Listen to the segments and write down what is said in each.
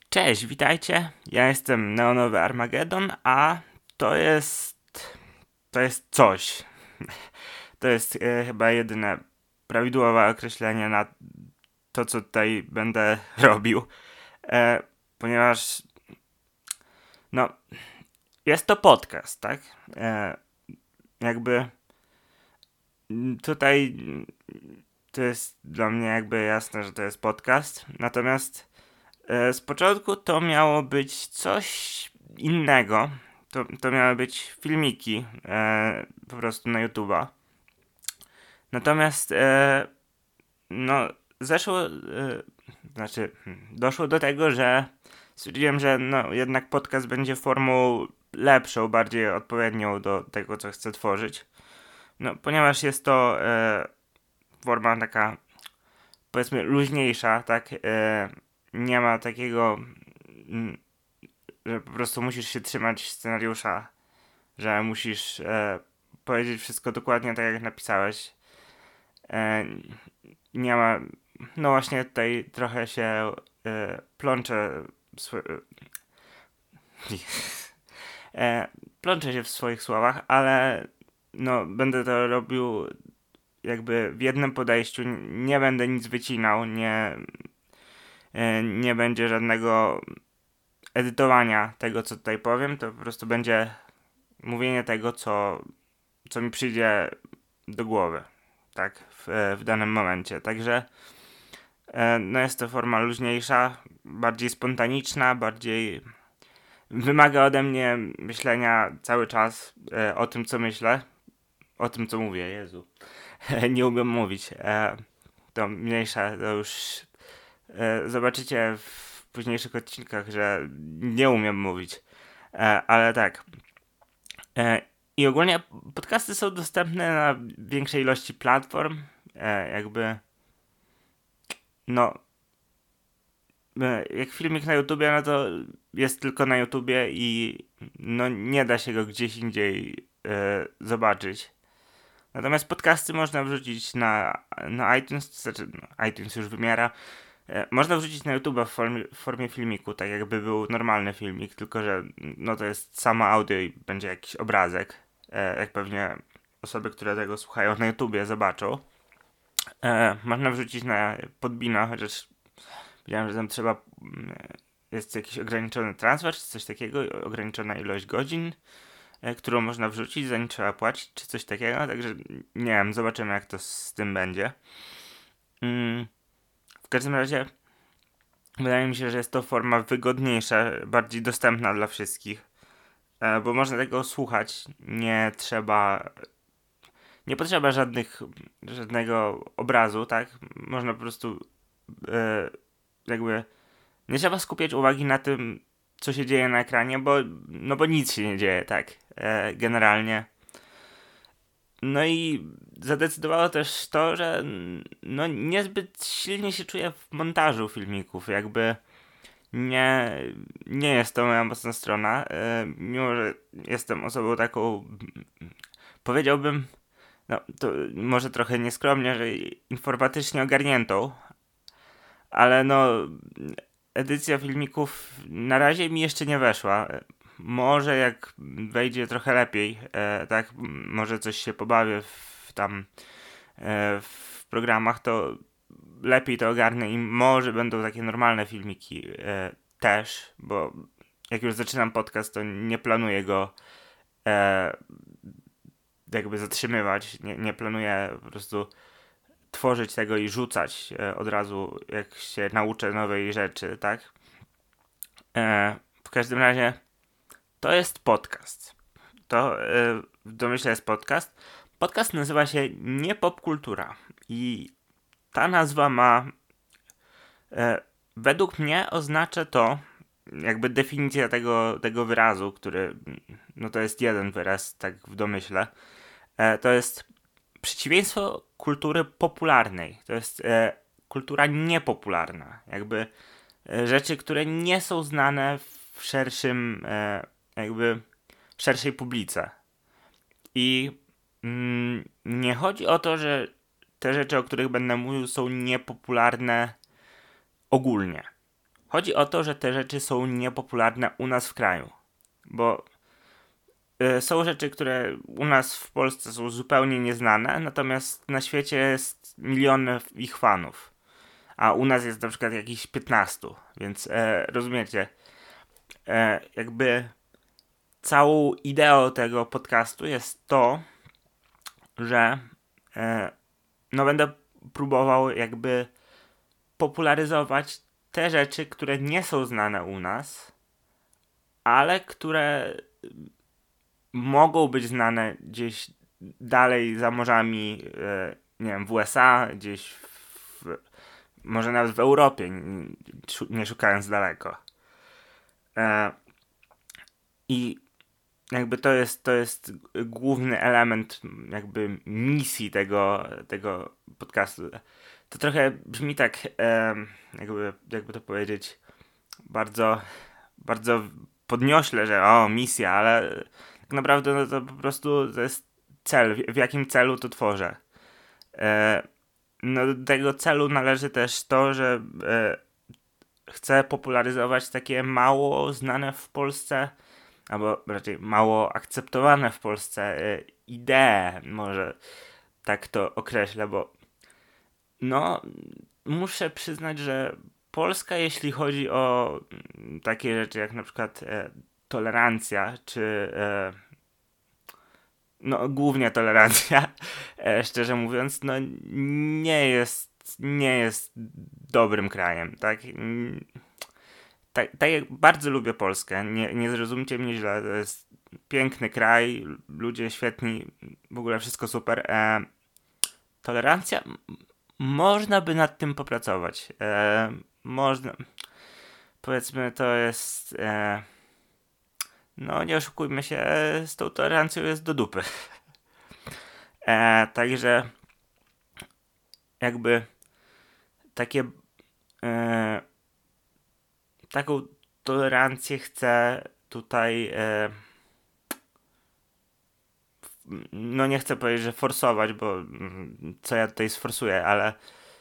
Cześć, witajcie. Ja jestem Neonowy Armagedon, a to jest... to jest coś. To jest chyba jedyne prawidłowe określenie na to, co tutaj będę robił. Ponieważ, no, jest to podcast, tak? Jakby tutaj to jest dla mnie jakby jasne, że to jest podcast. Natomiast z początku to miało być coś innego. To miały być filmiki po prostu na YouTube'a. Natomiast no zeszło, doszło do tego, że stwierdziłem, że no jednak podcast będzie formą lepszą, bardziej odpowiednią do tego, co chcę tworzyć. No, ponieważ jest to forma taka, powiedzmy, luźniejsza, tak? Nie ma takiego, że po prostu musisz się trzymać scenariusza, że musisz powiedzieć wszystko dokładnie tak, jak napisałeś. Nie ma, no właśnie tutaj trochę się plączę, plączę się w swoich słowach, ale no będę to robił jakby w jednym podejściu, nie będę nic wycinał, nie będzie żadnego edytowania tego, co tutaj powiem, to po prostu będzie mówienie tego, co mi przyjdzie do głowy, tak, w danym momencie. Także no jest to forma luźniejsza, bardziej spontaniczna, bardziej wymaga ode mnie myślenia cały czas o tym, co myślę, o tym, co mówię, Jezu. Nie umiem mówić. To mniejsza, to już zobaczycie w późniejszych odcinkach, że nie umiem mówić. Ale tak. I ogólnie podcasty są dostępne na większej ilości platform. Jakby no jak filmik na YouTubie, no to jest tylko na YouTubie i no nie da się go gdzieś indziej zobaczyć. Natomiast podcasty można wrzucić na iTunes, znaczy no, iTunes już wymiara. Można wrzucić na YouTube w formie filmiku, tak jakby był normalny filmik, tylko że no to jest samo audio i będzie jakiś obrazek, jak pewnie osoby, które tego słuchają na YouTubie zobaczą. Można wrzucić na Podbeana, chociaż wiedziałem, że tam trzeba, jest jakiś ograniczony transfer, czy coś takiego, ograniczona ilość godzin, którą można wrzucić, za nie trzeba płacić, czy coś takiego, także nie wiem, zobaczymy jak to z tym będzie. W każdym razie wydaje mi się, że jest to forma wygodniejsza, bardziej dostępna dla wszystkich, bo można tego słuchać, nie potrzeba żadnego obrazu, tak? Można po prostu jakby nie trzeba skupiać uwagi na tym, co się dzieje na ekranie, bo nic się nie dzieje, tak? Generalnie. No i zadecydowało też to, że no niezbyt silnie się czuję w montażu filmików, jakby nie, nie jest to moja mocna strona, mimo że jestem osobą taką, powiedziałbym, no to może trochę nieskromnie, że informatycznie ogarniętą, ale no edycja filmików na razie mi jeszcze nie weszła. Może jak wejdzie trochę lepiej, tak, może coś się pobawię w programach, to lepiej to ogarnę i może będą takie normalne filmiki też, bo jak już zaczynam podcast, to nie planuję go e, jakby zatrzymywać, nie planuję po prostu tworzyć tego i rzucać od razu, jak się nauczę nowej rzeczy, tak? W każdym razie to jest podcast. To w domyśle jest podcast. Podcast nazywa się Nie Popkultura i ta nazwa ma według mnie oznacza to, jakby definicja tego wyrazu, który no to jest jeden wyraz, tak w domyśle, to jest przeciwieństwo kultury popularnej. To jest kultura niepopularna. Jakby rzeczy, które nie są znane w szerszym, jakby w szerszej publice. I nie chodzi o to, że te rzeczy, o których będę mówił, są niepopularne ogólnie. Chodzi o to, że te rzeczy są niepopularne u nas w kraju, bo są rzeczy, które u nas w Polsce są zupełnie nieznane, natomiast na świecie jest miliony ich fanów, a u nas jest na przykład jakichś 15, więc rozumiecie, jakby całą ideą tego podcastu jest to, że no będę próbował jakby popularyzować te rzeczy, które nie są znane u nas, ale które mogą być znane gdzieś dalej za morzami, nie wiem, w USA, gdzieś może nawet w Europie, nie szukając daleko. I jakby to jest główny element jakby misji tego podcastu. To trochę brzmi tak, jakby to powiedzieć, bardzo, bardzo podniośle, że misja, ale tak naprawdę no to po prostu to jest cel, w jakim celu to tworzę. No do tego celu należy też to, że chcę popularyzować takie mało znane w Polsce, albo raczej mało akceptowane w Polsce idee, może tak to określę, bo no muszę przyznać, że Polska, jeśli chodzi o takie rzeczy jak na przykład tolerancja, czy no głównie tolerancja, szczerze mówiąc, no nie jest dobrym krajem, tak? Tak jak bardzo lubię Polskę, nie zrozumcie mnie źle, to jest piękny kraj, ludzie świetni, w ogóle wszystko super. Tolerancja, można by nad tym popracować. Można, powiedzmy, to jest, no nie oszukujmy się, z tą tolerancją jest do dupy. Także jakby takie taką tolerancję chcę tutaj no nie chcę powiedzieć, że forsować, bo co ja tutaj sforsuję, ale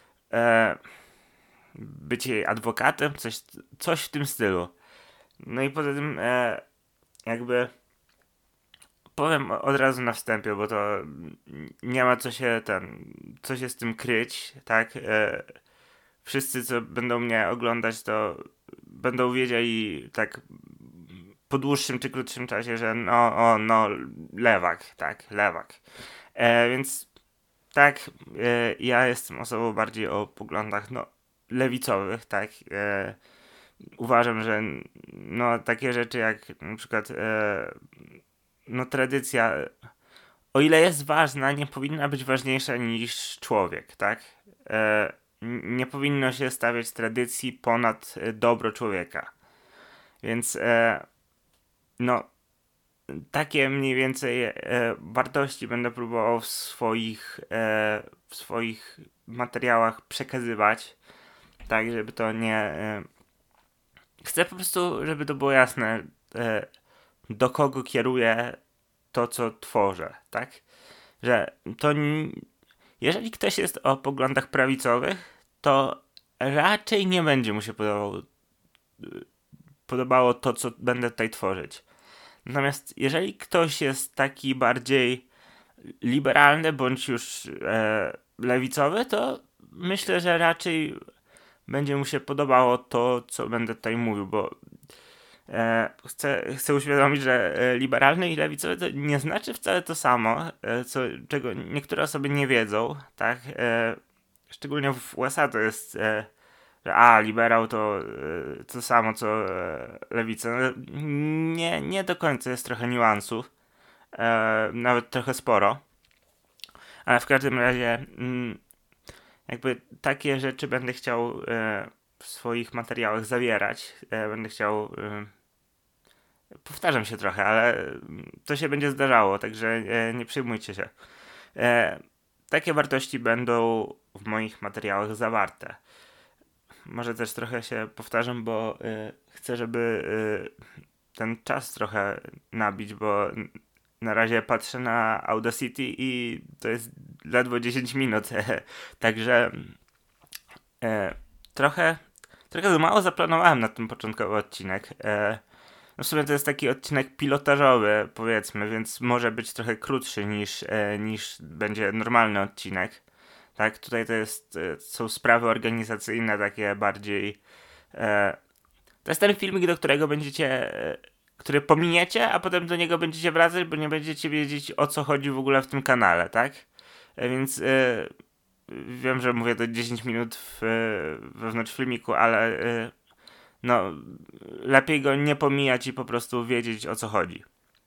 być jej adwokatem, coś w tym stylu. No i poza tym jakby powiem od razu na wstępie, bo to nie ma co się z tym kryć, tak? Wszyscy, co będą mnie oglądać, to będą wiedzieli tak po dłuższym czy krótszym czasie, że no, lewak, tak, lewak. Więc tak, ja jestem osobą bardziej o poglądach, no, lewicowych, tak. Uważam, że no, takie rzeczy jak na przykład no, tradycja, o ile jest ważna, nie powinna być ważniejsza niż człowiek, tak. Nie powinno się stawiać tradycji ponad dobro człowieka. Więc no, takie mniej więcej wartości będę próbował w swoich materiałach przekazywać, tak żeby to nie... chcę po prostu, żeby to było jasne, do kogo kieruję to, co tworzę, tak? Że to... Jeżeli ktoś jest o poglądach prawicowych, to raczej nie będzie mu się podobało to, co będę tutaj tworzyć. Natomiast jeżeli ktoś jest taki bardziej liberalny bądź już lewicowy, to myślę, że raczej będzie mu się podobało to, co będę tutaj mówił, bo chcę uświadomić, że liberalny i lewicowy to nie znaczy wcale to samo, czego niektóre osoby nie wiedzą, tak? Szczególnie w USA to jest, że liberał to samo co lewica. No, nie do końca, jest trochę niuansów, nawet trochę sporo, ale w każdym razie jakby takie rzeczy będę chciał w swoich materiałach zawierać. Będę chciał powtarzam się trochę, ale to się będzie zdarzało, także nie przejmujcie się. Takie wartości będą w moich materiałach zawarte. Może też trochę się powtarzam, bo chcę, żeby ten czas trochę nabić, bo na razie patrzę na Audacity i to jest ledwo 10 minut. Także trochę trochę za mało zaplanowałem na ten początkowy odcinek. No w sumie to jest taki odcinek pilotażowy, powiedzmy, więc może być trochę krótszy niż będzie normalny odcinek. Tak, tutaj to są sprawy organizacyjne takie bardziej. To jest ten filmik, do którego który pominiecie, a potem do niego będziecie wracać, bo nie będziecie wiedzieć, o co chodzi w ogóle w tym kanale, tak? Więc wiem, że mówię to 10 minut wewnątrz filmiku, ale no lepiej go nie pomijać i po prostu wiedzieć, o co chodzi.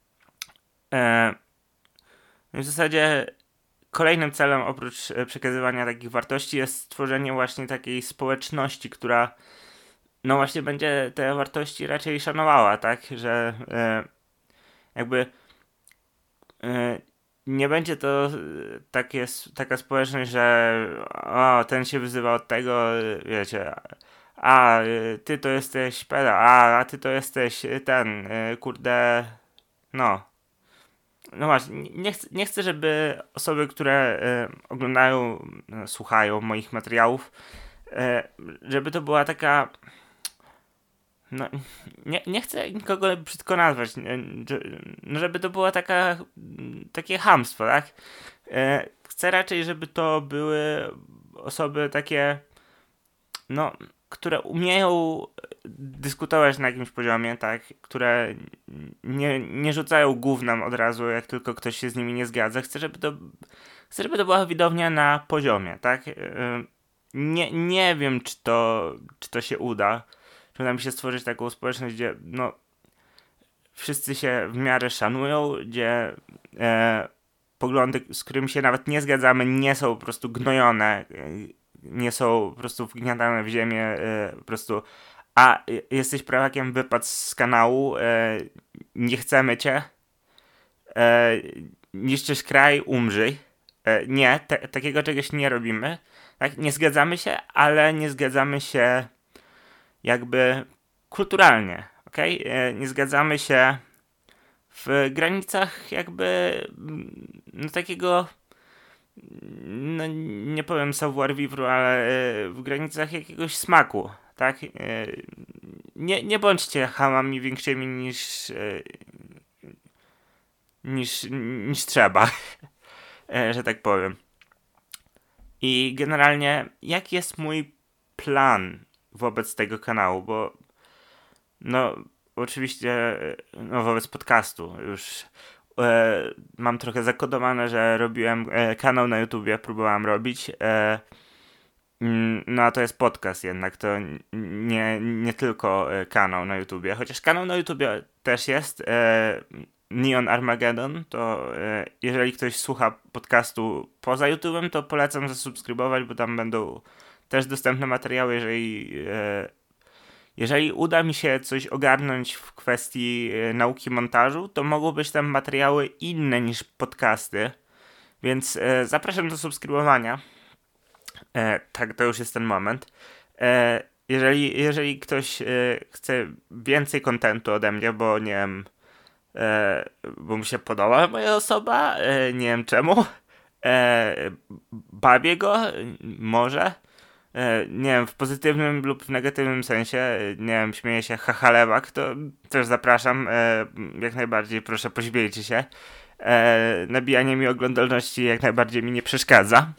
W zasadzie kolejnym celem oprócz przekazywania takich wartości jest stworzenie właśnie takiej społeczności, która no właśnie będzie te wartości raczej szanowała, tak? Że jakby nie będzie to taka społeczność, że o, ten się wyzywa od tego, wiecie, ty to jesteś peda, a ty to jesteś ten, kurde, no. No właśnie, nie chcę, żeby osoby, które oglądają, słuchają moich materiałów, żeby to była taka. No, nie chcę nikogo brzydko nazwać, no żeby to było takie chamstwo, tak? Chcę raczej, żeby to były osoby takie, no, które umieją dyskutować na jakimś poziomie, tak? Które nie rzucają gównem od razu, jak tylko ktoś się z nimi nie zgadza. Chcę, żeby to była widownia na poziomie, tak? Nie wiem, czy to się uda. Czy uda mi się stworzyć taką społeczność, gdzie no wszyscy się w miarę szanują, gdzie poglądy, z którymi się nawet nie zgadzamy, nie są po prostu gnojone, nie są po prostu wgniatane w ziemię, po prostu jesteś prawakiem, wypadł z kanału, nie chcemy cię, niszczysz kraj, umrzyj. Nie, takiego czegoś nie robimy. Tak? Nie zgadzamy się, ale nie zgadzamy się jakby kulturalnie, okej? Nie zgadzamy się w granicach jakby no takiego, no nie powiem savoir vivre, ale w granicach jakiegoś smaku, tak? Nie bądźcie chamami większymi niż trzeba, że tak powiem. I generalnie jaki jest mój plan wobec tego kanału, bo no oczywiście no, wobec podcastu już mam trochę zakodowane, że robiłem kanał na YouTubie, próbowałem robić, no a to jest podcast jednak, to nie tylko kanał na YouTubie, chociaż kanał na YouTubie też jest, Neon Armageddon, to jeżeli ktoś słucha podcastu poza YouTubem, to polecam zasubskrybować, bo tam będą też dostępne materiały, jeżeli uda mi się coś ogarnąć w kwestii nauki montażu, to mogą być tam materiały inne niż podcasty, więc zapraszam do subskrybowania. Tak, to już jest ten moment. Jeżeli ktoś chce więcej kontentu ode mnie, bo nie wiem, bo mu się podoba moja osoba, nie wiem czemu, bawię go, może, nie wiem, w pozytywnym lub w negatywnym sensie, nie wiem, śmieję się, hachalewak, to też zapraszam, jak najbardziej, proszę, pośmiejcie się. Nabijanie mi oglądalności jak najbardziej mi nie przeszkadza.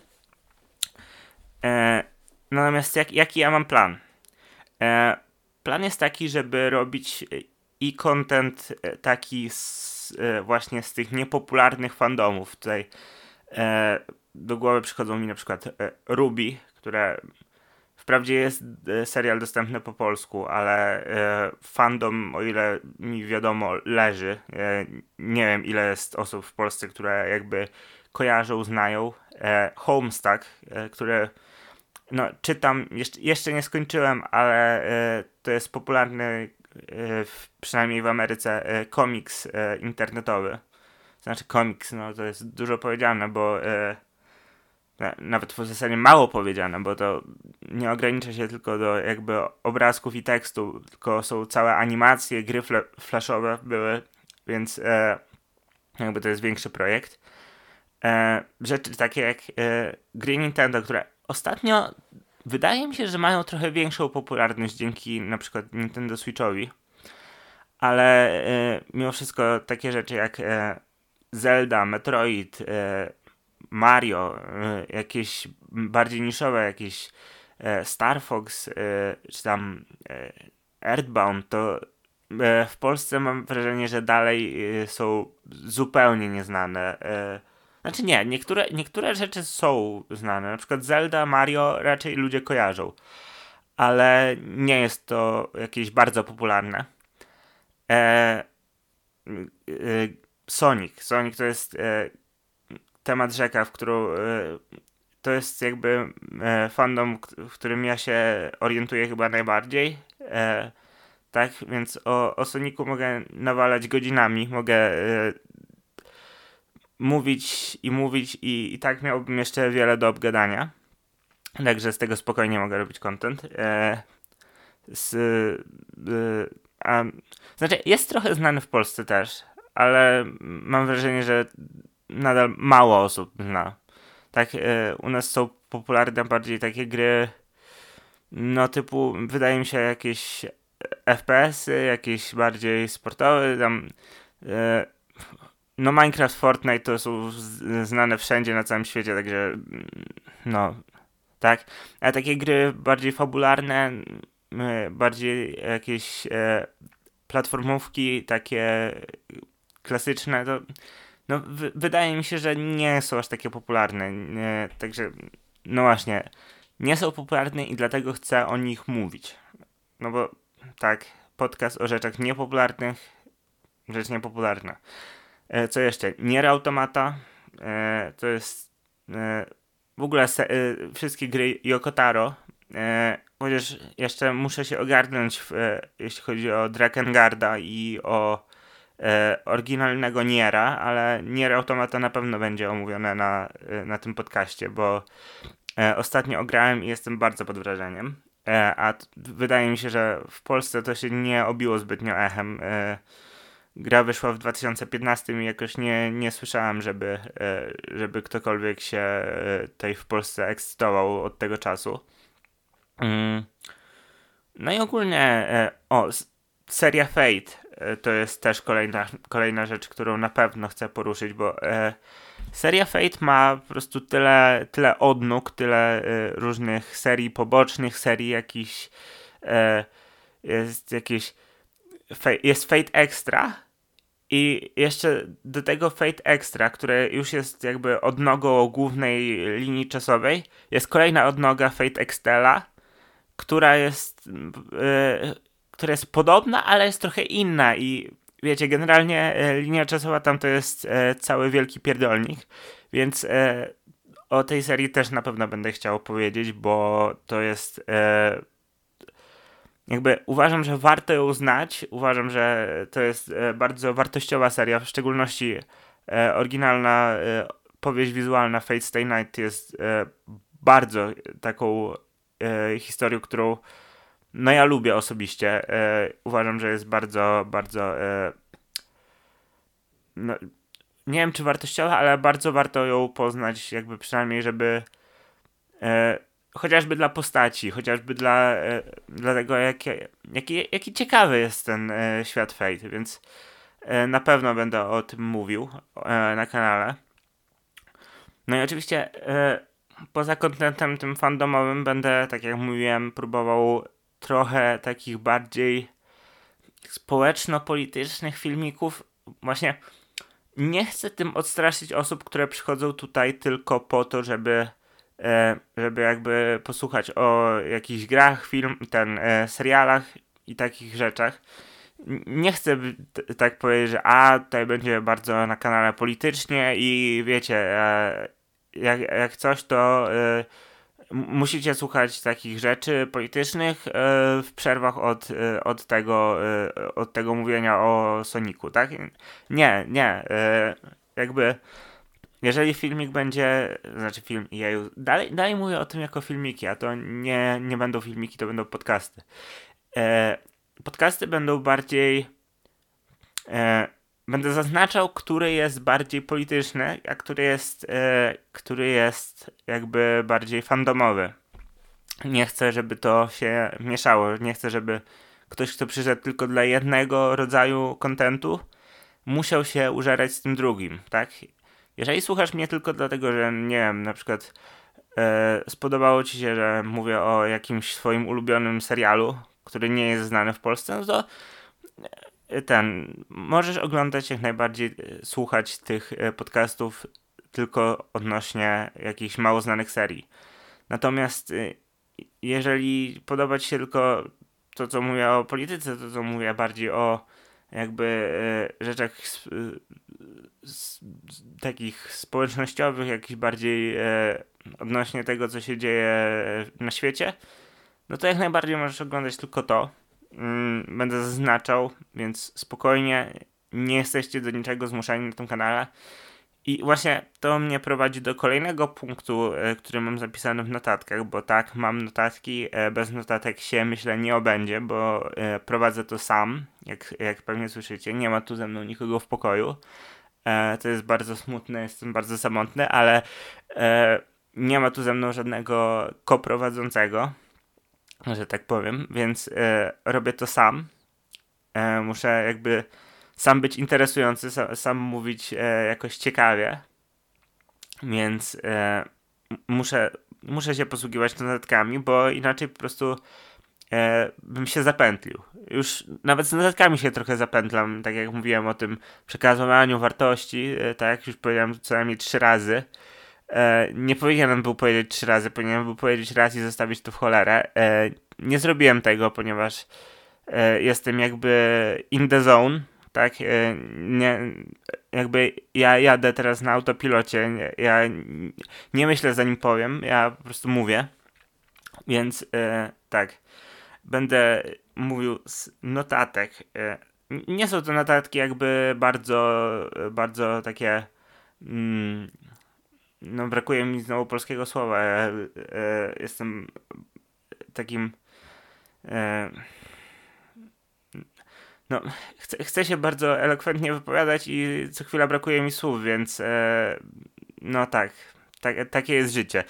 Natomiast jaki ja mam plan? Plan jest taki, żeby robić i content taki właśnie z tych niepopularnych fandomów. Tutaj do głowy przychodzą mi na przykład Ruby, które wprawdzie jest serial dostępny po polsku, ale fandom, o ile mi wiadomo, leży. Nie wiem, ile jest osób w Polsce, które jakby kojarzą, znają. Homestuck, które no, czytam, jeszcze nie skończyłem, ale to jest popularny, przynajmniej w Ameryce, komiks internetowy. Znaczy komiks, no to jest dużo powiedziane, bo nawet w zasadzie mało powiedziane, bo to nie ogranicza się tylko do jakby obrazków i tekstu, tylko są całe animacje, gry flashowe były, więc jakby to jest większy projekt. Rzeczy takie jak gry Nintendo, które ostatnio wydaje mi się, że mają trochę większą popularność dzięki na przykład Nintendo Switchowi, ale mimo wszystko takie rzeczy jak Zelda, Metroid, Mario, jakieś bardziej niszowe, jakieś Star Fox, czy tam Earthbound, to w Polsce mam wrażenie, że dalej są zupełnie nieznane. Znaczy nie, niektóre rzeczy są znane, na przykład Zelda, Mario raczej ludzie kojarzą, ale nie jest to jakieś bardzo popularne. E, Sonic to jest temat rzeka, w którą to jest jakby fandom, w którym ja się orientuję chyba najbardziej. Tak, więc o Sonicu mogę nawalać godzinami, mogę mówić i tak miałbym jeszcze wiele do obgadania. Także z tego spokojnie mogę robić content. Z, znaczy, jest trochę znany w Polsce też, ale mam wrażenie, że nadal mało osób zna. Tak, u nas są popularne bardziej takie gry, no typu, wydaje mi się, jakieś FPS-y, jakieś bardziej sportowe, tam no Minecraft, Fortnite to są znane wszędzie na całym świecie, także no, tak. A takie gry bardziej fabularne, bardziej jakieś platformówki takie klasyczne, to no, wydaje mi się, że nie są aż takie popularne. Także, no właśnie, nie są popularne i dlatego chcę o nich mówić. No bo tak, podcast o rzeczach niepopularnych, rzecz niepopularna. Co jeszcze? Nier Automata, to jest w ogóle wszystkie gry Yoko Taro, chociaż jeszcze muszę się ogarnąć, jeśli chodzi o Drakengarda i o oryginalnego Niera, ale Nier Automata na pewno będzie omówione na tym podcaście, bo ostatnio ograłem i jestem bardzo pod wrażeniem. Wydaje mi się, że w Polsce to się nie obiło zbytnio echem. Gra wyszła w 2015 i jakoś nie słyszałem, żeby ktokolwiek się tutaj w Polsce ekscytował od tego czasu. No i ogólnie seria Fate to jest też kolejna rzecz, którą na pewno chcę poruszyć, bo seria Fate ma po prostu tyle odnóg, tyle różnych serii pobocznych, serii jakichś jest Fate Extra i jeszcze do tego Fate Extra, które już jest jakby odnogą głównej linii czasowej, jest kolejna odnoga Fate Extella, która jest podobna, ale jest trochę inna i wiecie, generalnie linia czasowa tam to jest cały wielki pierdolnik, więc o tej serii też na pewno będę chciał powiedzieć, bo to jest jakby uważam, że warto ją znać, uważam, że to jest bardzo wartościowa seria, w szczególności oryginalna powieść wizualna Fate Stay Night jest bardzo taką historią, którą no ja lubię osobiście. Uważam, że jest bardzo, bardzo no, nie wiem czy wartościowa, ale bardzo warto ją poznać, jakby przynajmniej, żeby chociażby dla postaci, chociażby dla tego, jaki ciekawy jest ten świat Fate, więc na pewno będę o tym mówił na kanale. No i oczywiście poza kontentem tym fandomowym będę, tak jak mówiłem, próbował trochę takich bardziej społeczno-politycznych filmików. Właśnie nie chcę tym odstraszyć osób, które przychodzą tutaj tylko po to, żeby jakby posłuchać o jakichś grach, serialach i takich rzeczach. Nie chcę tak powiedzieć, że tutaj będzie bardzo na kanale politycznie i wiecie, jak coś to musicie słuchać takich rzeczy politycznych w przerwach od tego mówienia o Sonicu, tak? Nie, jakby jeżeli filmik będzie, znaczy dalej mówię o tym jako filmiki, a to nie będą filmiki, to będą podcasty. Podcasty będą bardziej będę zaznaczał, który jest bardziej polityczny, a który jest jakby bardziej fandomowy. Nie chcę, żeby to się mieszało. Nie chcę, żeby ktoś, kto przyszedł tylko dla jednego rodzaju kontentu, musiał się użerać z tym drugim, tak? Jeżeli słuchasz mnie tylko dlatego, że nie wiem, na przykład spodobało ci się, że mówię o jakimś swoim ulubionym serialu, który nie jest znany w Polsce, no to możesz oglądać jak najbardziej, słuchać tych podcastów tylko odnośnie jakichś mało znanych serii. Natomiast jeżeli podoba ci się tylko to, co mówię o polityce, to co mówię bardziej o jakby rzeczach takich społecznościowych, jakichś bardziej odnośnie tego, co się dzieje na świecie, no to jak najbardziej możesz oglądać tylko to. Będę zaznaczał, więc spokojnie, nie jesteście do niczego zmuszani na tym kanale. I właśnie to mnie prowadzi do kolejnego punktu, który mam zapisany w notatkach, bo tak, mam notatki, bez notatek się myślę nie obędzie, bo prowadzę to sam, jak pewnie słyszycie, nie ma tu ze mną nikogo w pokoju. To jest bardzo smutne, jestem bardzo samotny, ale nie ma tu ze mną żadnego koprowadzącego, że tak powiem, więc robię to sam. Muszę jakby sam być interesujący, sam mówić jakoś ciekawie, więc muszę się posługiwać notatkami, bo inaczej po prostu bym się zapętlił. Już nawet z notatkami się trochę zapętlam, tak jak mówiłem o tym przekazywaniu wartości, tak jak już powiedziałem co najmniej 3 razy. Nie powinienem był powiedzieć 3 razy, powinienem był powiedzieć raz i zostawić to w cholerę. Nie zrobiłem tego, ponieważ jestem jakby in the zone, tak? Nie, jakby ja jadę teraz na autopilocie, ja nie myślę zanim powiem, ja po prostu mówię, więc tak, będę mówił z notatek. Nie są to notatki jakby bardzo takie, no brakuje mi znowu polskiego słowa, jestem takim no, chcę się bardzo elokwentnie wypowiadać i co chwila brakuje mi słów, więc no takie jest życie.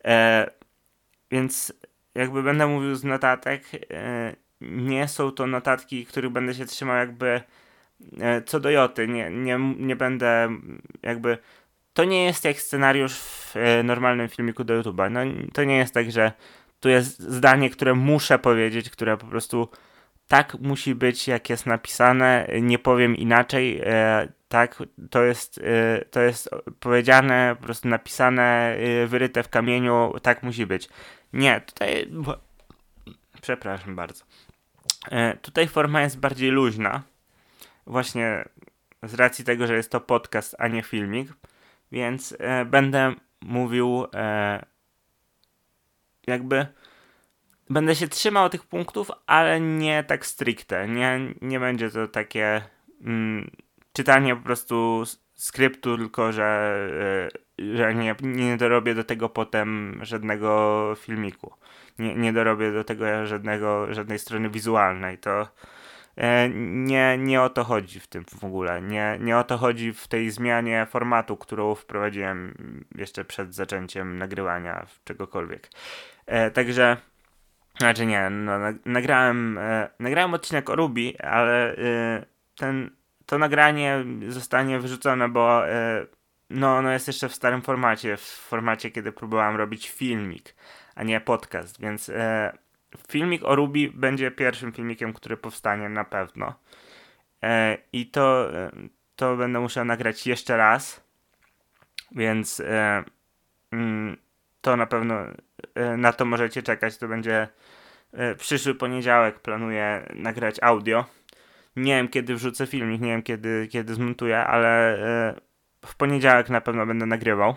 Więc jakby będę mówił z notatek, nie są to notatki, których będę się trzymał jakby co do joty, nie będę jakby, to nie jest jak scenariusz w normalnym filmiku do YouTube'a, no to nie jest tak, że tu jest zdanie, które muszę powiedzieć, które po prostu tak musi być, jak jest napisane, nie powiem inaczej, tak, to jest powiedziane, po prostu napisane, wyryte w kamieniu, tak musi być. Nie, tutaj, przepraszam bardzo, tutaj forma jest bardziej luźna, właśnie z racji tego, że jest to podcast, a nie filmik, więc będę mówił jakby będę się trzymał tych punktów, ale nie tak stricte. Nie będzie to takie czytanie po prostu skryptu, tylko że nie dorobię do tego potem żadnego filmiku. Nie dorobię do tego żadnej strony wizualnej. To nie o to chodzi w tym w ogóle. Nie o to chodzi w tej zmianie formatu, którą wprowadziłem jeszcze przed zaczęciem nagrywania czegokolwiek. Także znaczy nie, no, nagrałem odcinek o Ruby, ale to nagranie zostanie wyrzucone, bo no ono jest jeszcze w starym formacie, w formacie kiedy próbowałem robić filmik, a nie podcast, więc filmik o Ruby będzie pierwszym filmikiem, który powstanie na pewno. I to będę musiał nagrać jeszcze raz, więc to na pewno na to możecie czekać. To będzie przyszły poniedziałek, planuję nagrać audio. Nie wiem kiedy wrzucę filmik, nie wiem kiedy zmontuję, ale w poniedziałek na pewno będę nagrywał.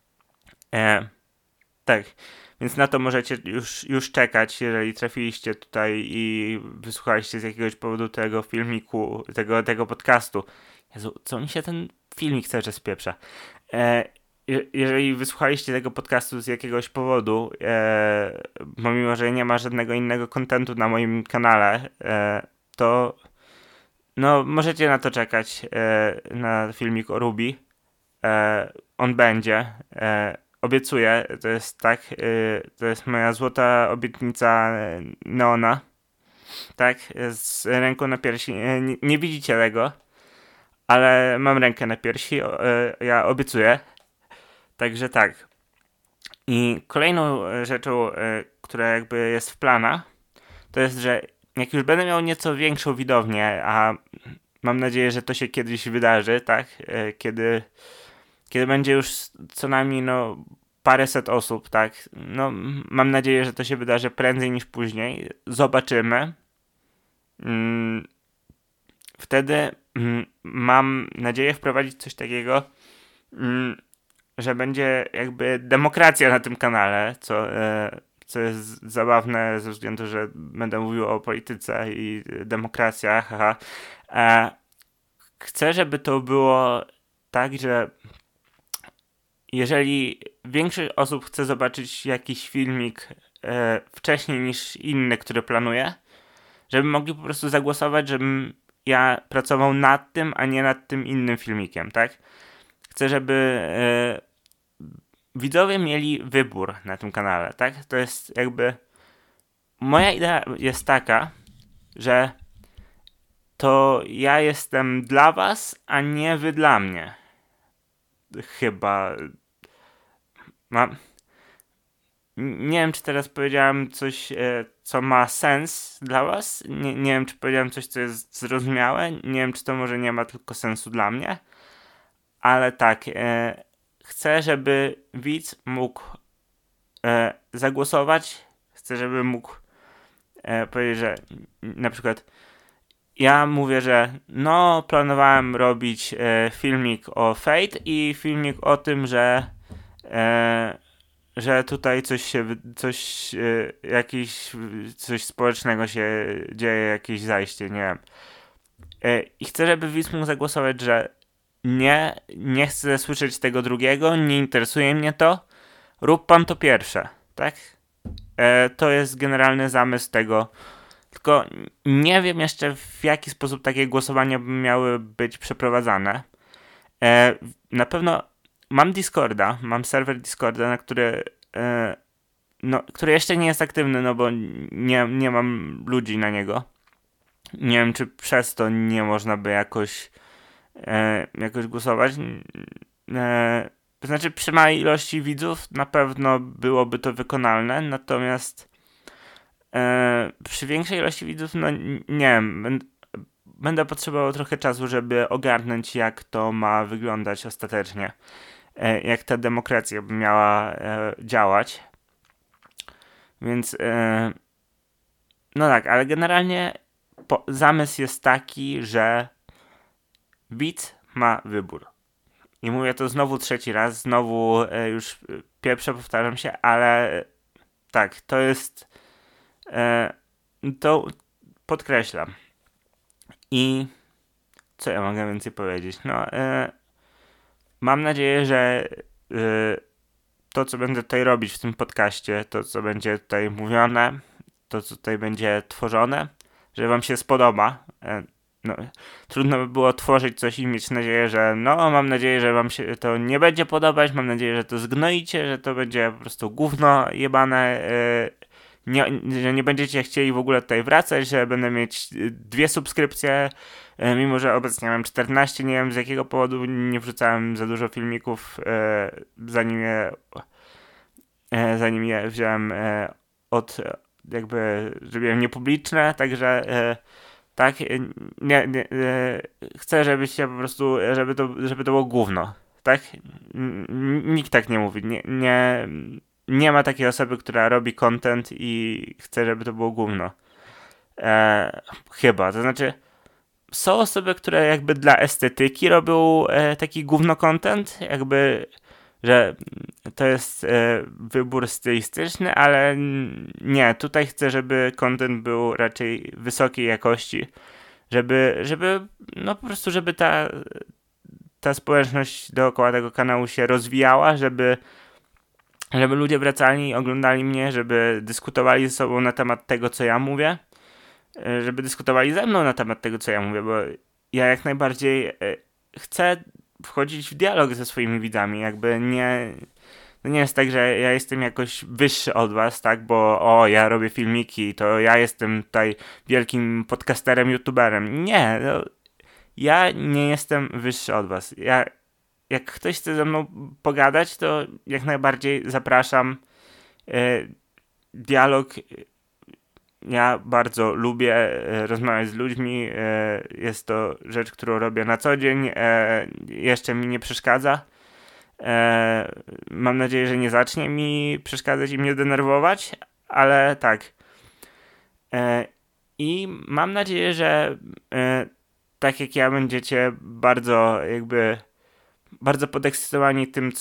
Tak, więc na to możecie już czekać, jeżeli trafiliście tutaj i wysłuchaliście z jakiegoś powodu tego filmiku, tego podcastu. Jezu, co mi się ten filmik cały czas pieprza. Jeżeli wysłuchaliście tego podcastu z jakiegoś powodu, pomimo że nie ma żadnego innego kontentu na moim kanale, to no możecie na to czekać, na filmik o Ruby. On będzie. obiecuję, to jest tak, to jest moja złota obietnica Neona, tak, z ręką na piersi, nie widzicie tego, ale mam rękę na piersi, ja obiecuję, także tak. I kolejną rzeczą, która jakby jest w planach, to jest, że jak już będę miał nieco większą widownię, a mam nadzieję, że to się kiedyś wydarzy, tak, kiedy będzie już co najmniej paręset osób, tak, mam nadzieję, że to się wydarzy prędzej niż później, zobaczymy. Wtedy mam nadzieję wprowadzić coś takiego, że będzie jakby demokracja na tym kanale, co jest zabawne ze względu, że będę mówił o polityce i demokracja, haha. Chcę, żeby to było tak, że jeżeli większość osób chce zobaczyć jakiś filmik wcześniej niż inny, który planuję, żeby mogli po prostu zagłosować, żebym ja pracował nad tym, a nie nad tym innym filmikiem, tak? Chcę, żeby widzowie mieli wybór na tym kanale, tak? To jest jakby... Moja idea jest taka, że to ja jestem dla was, a nie wy dla mnie. Chyba... Nie wiem, czy teraz powiedziałem coś, co ma sens dla was. Nie wiem, czy powiedziałem coś, co jest zrozumiałe. Nie wiem, czy to może nie ma tylko sensu dla mnie. Ale tak, chcę, żeby widz mógł zagłosować. Chcę, żeby mógł powiedzieć, że na przykład ja mówię, że planowałem robić filmik o Fate i filmik o tym, że tutaj coś społecznego się dzieje, jakieś zajście, nie wiem. I chcę, żeby widz mógł zagłosować, że nie chcę słyszeć tego drugiego, nie interesuje mnie to, rób pan to pierwsze, tak? To jest generalny zamysł tego, tylko nie wiem jeszcze w jaki sposób takie głosowania miały być przeprowadzane. Na pewno mam serwer Discorda, na który jeszcze nie jest aktywny, bo nie mam ludzi na niego. Nie wiem, czy przez to nie można by jakoś głosować. To znaczy przy małej ilości widzów na pewno byłoby to wykonalne, natomiast przy większej ilości widzów, nie wiem, będę potrzebował trochę czasu, żeby ogarnąć, jak to ma wyglądać ostatecznie. Jak ta demokracja by miała działać. Więc tak, ale generalnie zamysł jest taki, że widz ma wybór. I mówię to znowu trzeci raz, znowu już pierwsze powtarzam się, ale tak, to jest to podkreślam. I co ja mogę więcej powiedzieć? Mam nadzieję, że to, co będę tutaj robić w tym podcaście, to, co będzie tutaj mówione, to, co tutaj będzie tworzone, że wam się spodoba. Trudno by było tworzyć coś i mieć nadzieję, że mam nadzieję, że wam się to nie będzie podobać, mam nadzieję, że to zgnoicie, że to będzie po prostu gówno jebane, że nie będziecie chcieli w ogóle tutaj wracać, że będę mieć 2 subskrypcje, mimo że obecnie mam 14, nie wiem z jakiego powodu nie wrzucałem za dużo filmików, zanim je wziąłem zrobiłem niepubliczne, także tak, chcę, żebyście po prostu, żeby to było gówno, tak? Nikt tak nie mówi, nie ma takiej osoby, która robi content i chce, żeby to było gówno. Chyba, to znaczy są osoby, które jakby dla estetyki robią taki gówno content, że to jest wybór stylistyczny, ale nie, tutaj chcę, żeby content był raczej wysokiej jakości, żeby po prostu, żeby ta społeczność dookoła tego kanału się rozwijała, żeby ludzie wracali, oglądali mnie, żeby dyskutowali ze sobą na temat tego, co ja mówię, żeby dyskutowali ze mną na temat tego, co ja mówię, bo ja jak najbardziej chcę wchodzić w dialog ze swoimi widzami, to nie jest tak, że ja jestem jakoś wyższy od was, tak, bo ja robię filmiki, to ja jestem tutaj wielkim podcasterem, youtuberem. Nie, no, ja nie jestem wyższy od was. Jak ktoś chce ze mną pogadać, to jak najbardziej zapraszam. Dialog, ja bardzo lubię rozmawiać z ludźmi. Jest to rzecz, którą robię na co dzień. Jeszcze mi nie przeszkadza. Mam nadzieję, że nie zacznie mi przeszkadzać i mnie denerwować, ale tak. I mam nadzieję, że tak jak ja będziecie bardzo podekscytowani tym,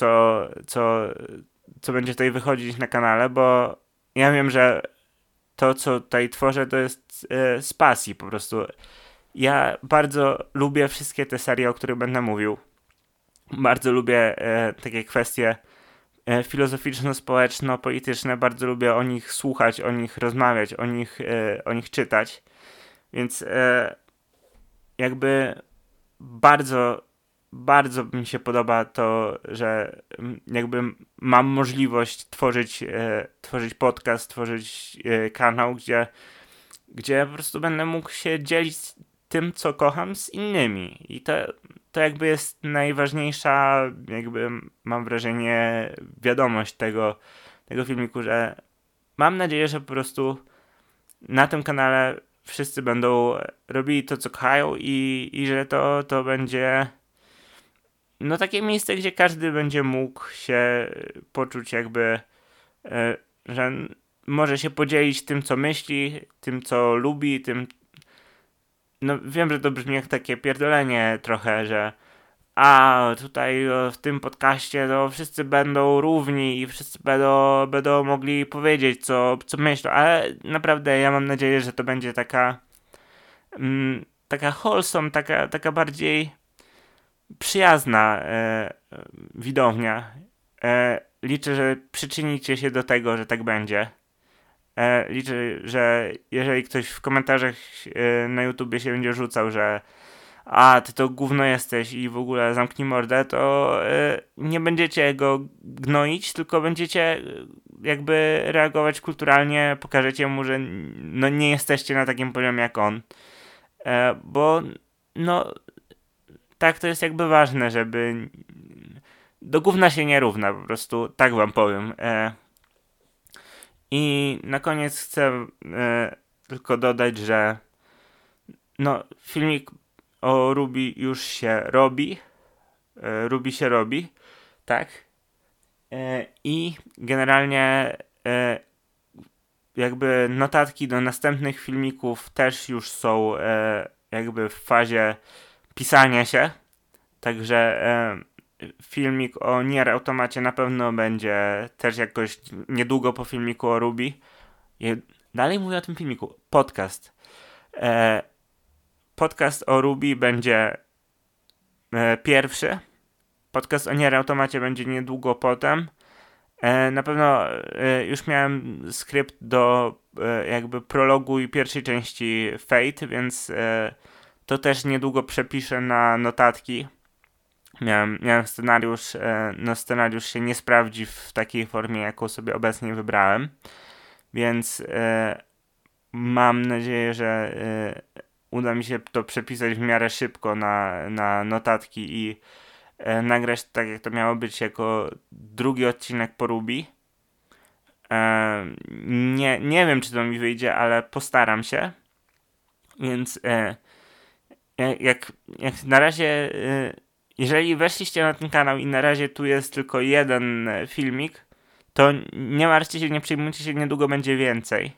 co będzie tutaj wychodzić na kanale, bo ja wiem, że to, co tutaj tworzę, to jest z pasji po prostu. Ja bardzo lubię wszystkie te serie, o których będę mówił. Bardzo lubię takie kwestie filozoficzno-społeczno-polityczne. Bardzo lubię o nich słuchać, o nich rozmawiać, o nich czytać. Więc jakby bardzo, bardzo mi się podoba to, że jakby mam możliwość tworzyć podcast, tworzyć kanał, gdzie po prostu będę mógł się dzielić tym, co kocham, z innymi. I to jakby jest najważniejsza, jakby mam wrażenie, wiadomość tego filmiku, że mam nadzieję, że po prostu na tym kanale wszyscy będą robili to, co kochają i że to będzie no takie miejsce, gdzie każdy będzie mógł się poczuć jakby, że może się podzielić tym, co myśli, tym, co lubi, tym... No wiem, że to brzmi jak takie pierdolenie trochę, że tutaj w tym podcaście to wszyscy będą równi i wszyscy będą mogli powiedzieć, co myślą, ale naprawdę ja mam nadzieję, że to będzie taka wholesome, taka bardziej przyjazna widownia. Liczę, że przyczynicie się do tego, że tak będzie. Liczę, że jeżeli ktoś w komentarzach na YouTubie się będzie rzucał, że ty to gówno jesteś i w ogóle zamknij mordę, to nie będziecie go gnoić, tylko będziecie jakby reagować kulturalnie, pokażecie mu, że no nie jesteście na takim poziomie jak on. Bo no tak to jest jakby ważne, żeby do gówna się nie równa, po prostu tak wam powiem. I na koniec chcę tylko dodać, że no filmik o Ruby już się robi. Ruby się robi, tak? I generalnie jakby notatki do następnych filmików też już są jakby w fazie pisania się. Także filmik o Nier Automacie na pewno będzie też jakoś niedługo po filmiku o Ruby. Dalej mówię o tym filmiku. Podcast. Podcast o Ruby będzie pierwszy. Podcast o Nier Automacie będzie niedługo potem. Na pewno już miałem skrypt do jakby prologu i pierwszej części Fate, więc to też niedługo przepiszę na notatki. Miałem scenariusz, no scenariusz się nie sprawdzi w takiej formie, jaką sobie obecnie wybrałem, więc mam nadzieję, że uda mi się to przepisać w miarę szybko na notatki i nagrać tak, jak to miało być, jako drugi odcinek po Ruby. Nie wiem, czy to mi wyjdzie, ale postaram się. Więc jak na razie, jeżeli weszliście na ten kanał i na razie tu jest tylko jeden filmik, to nie martwcie się, nie przejmujcie się, niedługo będzie więcej.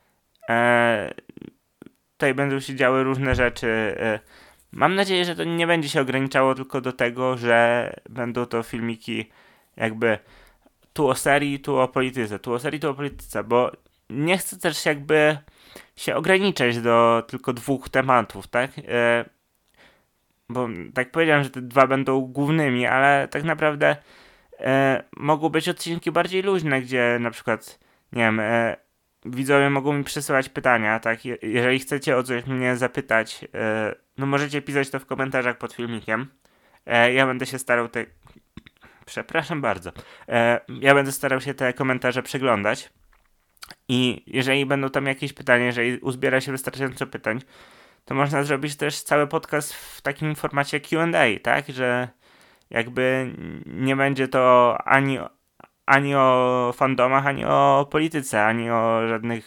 Tutaj będą się działy różne rzeczy. Mam nadzieję, że to nie będzie się ograniczało tylko do tego, że będą to filmiki jakby tu o serii, tu o polityce, tu o serii, tu o polityce, bo nie chcę też jakby się ograniczać do tylko dwóch tematów, tak? Bo tak powiedziałem, że te dwa będą głównymi, ale tak naprawdę mogą być odcinki bardziej luźne, gdzie na przykład, nie wiem, widzowie mogą mi przesyłać pytania, tak? Jeżeli chcecie o coś mnie zapytać, no możecie pisać to w komentarzach pod filmikiem. Ja będę się starał Przepraszam bardzo. Ja będę starał się te komentarze przeglądać i jeżeli będą tam jakieś pytania, jeżeli uzbiera się wystarczająco pytań, to można zrobić też cały podcast w takim formacie Q&A, tak? Że jakby nie będzie to ani o fandomach, ani o polityce, ani o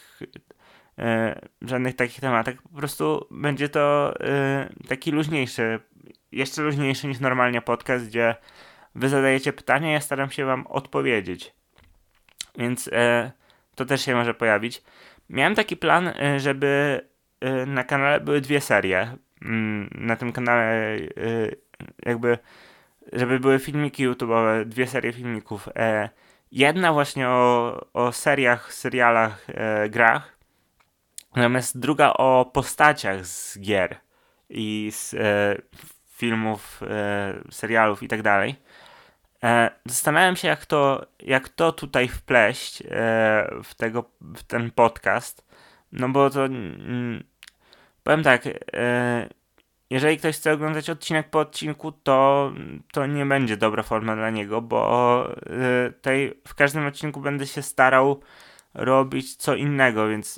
żadnych takich tematach. Po prostu będzie to taki luźniejszy, jeszcze luźniejszy niż normalnie podcast, gdzie wy zadajecie pytania, ja staram się wam odpowiedzieć. Więc to też się może pojawić. Miałem taki plan, żeby na kanale były dwie serie. Na tym kanale jakby, żeby były filmiki YouTube'owe, dwie serie filmików. Jedna właśnie o seriach, serialach, grach, natomiast druga o postaciach z gier i z filmów, serialów i tak dalej. Zastanawiam się, jak to tutaj wpleść w ten podcast. No bo to powiem tak, jeżeli ktoś chce oglądać odcinek po odcinku, to nie będzie dobra forma dla niego, bo tutaj w każdym odcinku będę się starał robić co innego, więc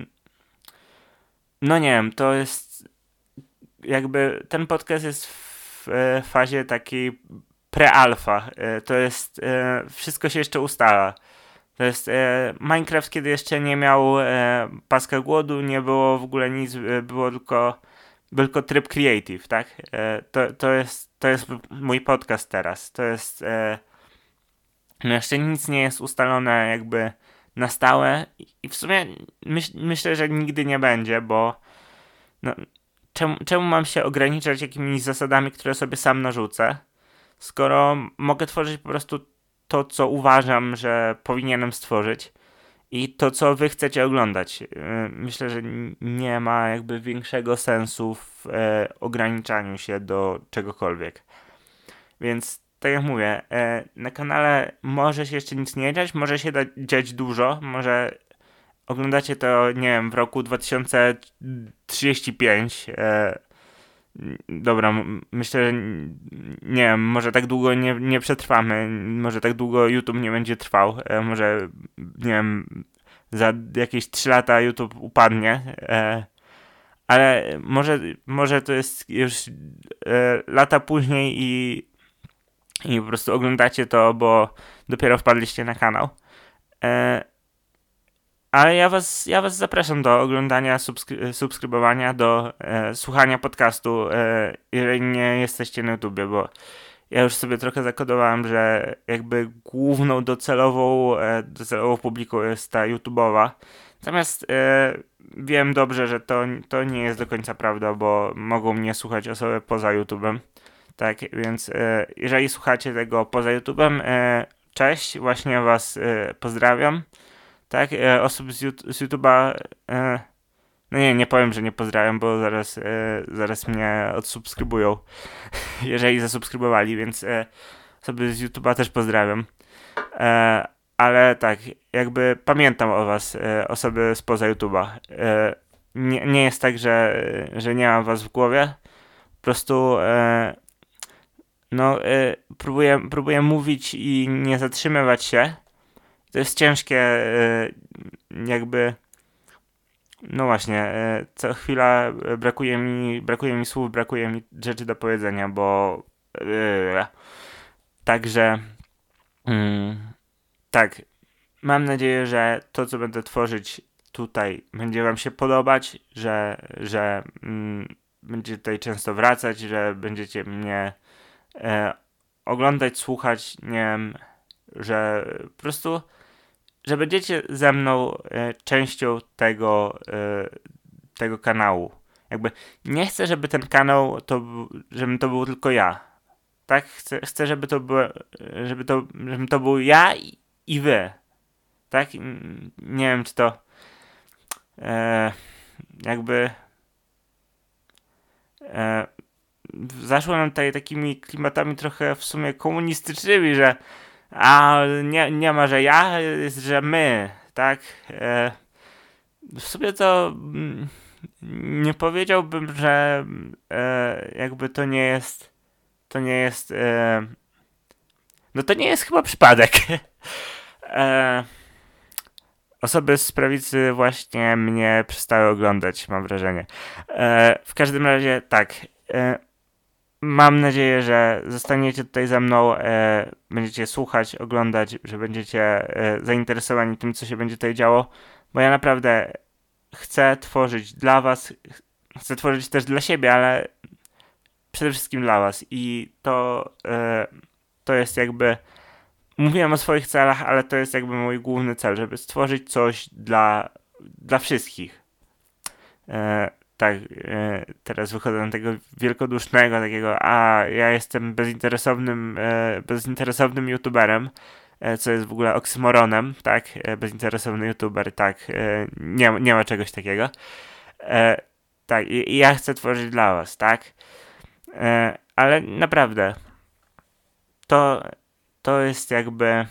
no nie wiem, to jest jakby ten podcast jest w fazie takiej pre-alpha. To jest wszystko się jeszcze ustala. To jest Minecraft, kiedy jeszcze nie miał paska głodu, nie było w ogóle nic, był tylko tryb creative, tak? To jest mój podcast teraz. To jest no jeszcze nic nie jest ustalone jakby na stałe i w sumie myślę, że nigdy nie będzie, bo no, czemu mam się ograniczać jakimiś zasadami, które sobie sam narzucę, skoro mogę tworzyć po prostu to, co uważam, że powinienem stworzyć i to, co wy chcecie oglądać. Myślę, że nie ma jakby większego sensu w ograniczaniu się do czegokolwiek. Więc tak jak mówię, na kanale może się jeszcze nic nie dziać, może się dziać dużo, może oglądacie to, nie wiem, w roku 2035. Dobra, myślę, że nie wiem, może tak długo nie przetrwamy, może tak długo YouTube nie będzie trwał, może, nie wiem, za jakieś 3 lata YouTube upadnie, ale może to jest już lata później i po prostu oglądacie to, bo dopiero wpadliście na kanał. Ale ja was zapraszam do oglądania, subskrybowania, do słuchania podcastu, jeżeli nie jesteście na YouTubie, bo ja już sobie trochę zakodowałem, że jakby główną docelową publiką jest ta YouTube'owa. Natomiast wiem dobrze, że to nie jest do końca prawda, bo mogą mnie słuchać osoby poza YouTube'em. Tak, więc jeżeli słuchacie tego poza YouTube'em, cześć, właśnie was pozdrawiam. Tak, osób z YouTube'a, no nie powiem, że nie pozdrawiam, bo zaraz mnie odsubskrybują, jeżeli zasubskrybowali, więc osoby z YouTube'a też pozdrawiam. Ale tak, jakby pamiętam o was, osoby spoza YouTube'a. Nie jest tak, że nie mam was w głowie, po prostu próbuję mówić i nie zatrzymywać się. To jest ciężkie, jakby, no właśnie, co chwila brakuje mi słów, brakuje mi rzeczy do powiedzenia, bo także tak, mam nadzieję, że to, co będę tworzyć tutaj, będzie wam się podobać, że będziecie tutaj często wracać, że będziecie mnie oglądać, słuchać, nie wiem, że po prostu że będziecie ze mną częścią tego kanału. Jakby nie chcę, żeby ten kanał żebym to był tylko ja. Tak? Chcę żebym to był ja i wy. Tak? Nie wiem, czy to jakby zaszło nam tutaj takimi klimatami trochę w sumie komunistycznymi, że nie ma, że ja, jest, że my, tak? W sumie to nie powiedziałbym, że jakby to nie jest no to nie jest chyba przypadek. Osoby z prawicy właśnie mnie przestały oglądać, mam wrażenie. W każdym razie tak. Mam nadzieję, że zostaniecie tutaj ze mną, będziecie słuchać, oglądać, że będziecie zainteresowani tym, co się będzie tutaj działo, bo ja naprawdę chcę tworzyć dla was, chcę tworzyć też dla siebie, ale przede wszystkim dla was i to jest jakby, mówiłem o swoich celach, ale to jest jakby mój główny cel, żeby stworzyć coś dla wszystkich. Tak, teraz wychodzę na tego wielkodusznego, takiego, ja jestem bezinteresownym youtuberem, co jest w ogóle oksymoronem, tak, bezinteresowny youtuber, tak, nie ma czegoś takiego. Tak, i ja chcę tworzyć dla was, tak, ale naprawdę, to jest jakby,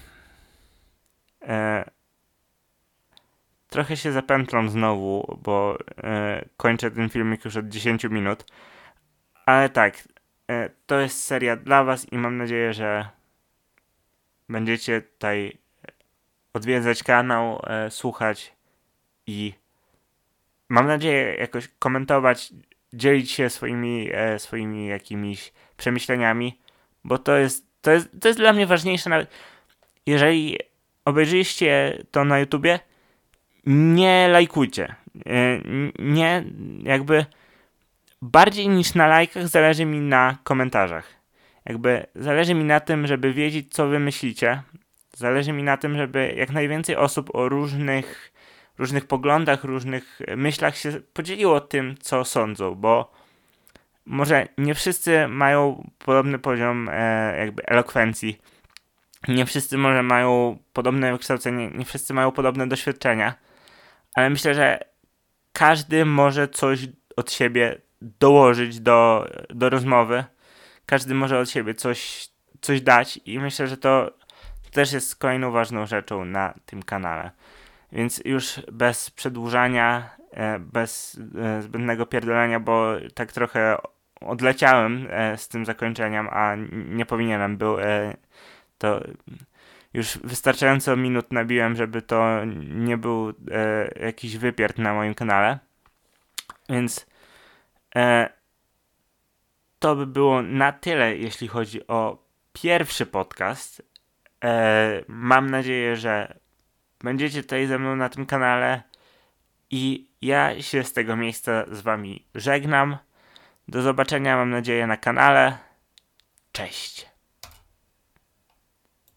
trochę się zapętlam znowu, bo kończę ten filmik już od 10 minut. Ale tak, to jest seria dla was i mam nadzieję, że będziecie tutaj odwiedzać kanał, słuchać i mam nadzieję jakoś komentować, dzielić się swoimi jakimiś przemyśleniami, bo to jest dla mnie ważniejsze. Nawet jeżeli obejrzyliście to na YouTubie, nie lajkujcie. Nie, jakby bardziej niż na lajkach zależy mi na komentarzach. Jakby zależy mi na tym, żeby wiedzieć, co wy myślicie. Zależy mi na tym, żeby jak najwięcej osób o różnych poglądach, różnych myślach się podzieliło tym, co sądzą, bo może nie wszyscy mają podobny poziom jakby elokwencji. Nie wszyscy może mają podobne wykształcenie, nie wszyscy mają podobne doświadczenia. Ale myślę, że każdy może coś od siebie dołożyć do rozmowy. Każdy może od siebie coś dać i myślę, że to też jest kolejną ważną rzeczą na tym kanale. Więc już bez przedłużania, bez zbędnego pierdolenia, bo tak trochę odleciałem z tym zakończeniem, a nie powinienem był. To już wystarczająco minut nabiłem, żeby to nie był jakiś wypierd na moim kanale. Więc to by było na tyle, jeśli chodzi o pierwszy podcast. Mam nadzieję, że będziecie tutaj ze mną na tym kanale i ja się z tego miejsca z wami żegnam. Do zobaczenia, mam nadzieję, na kanale. Cześć!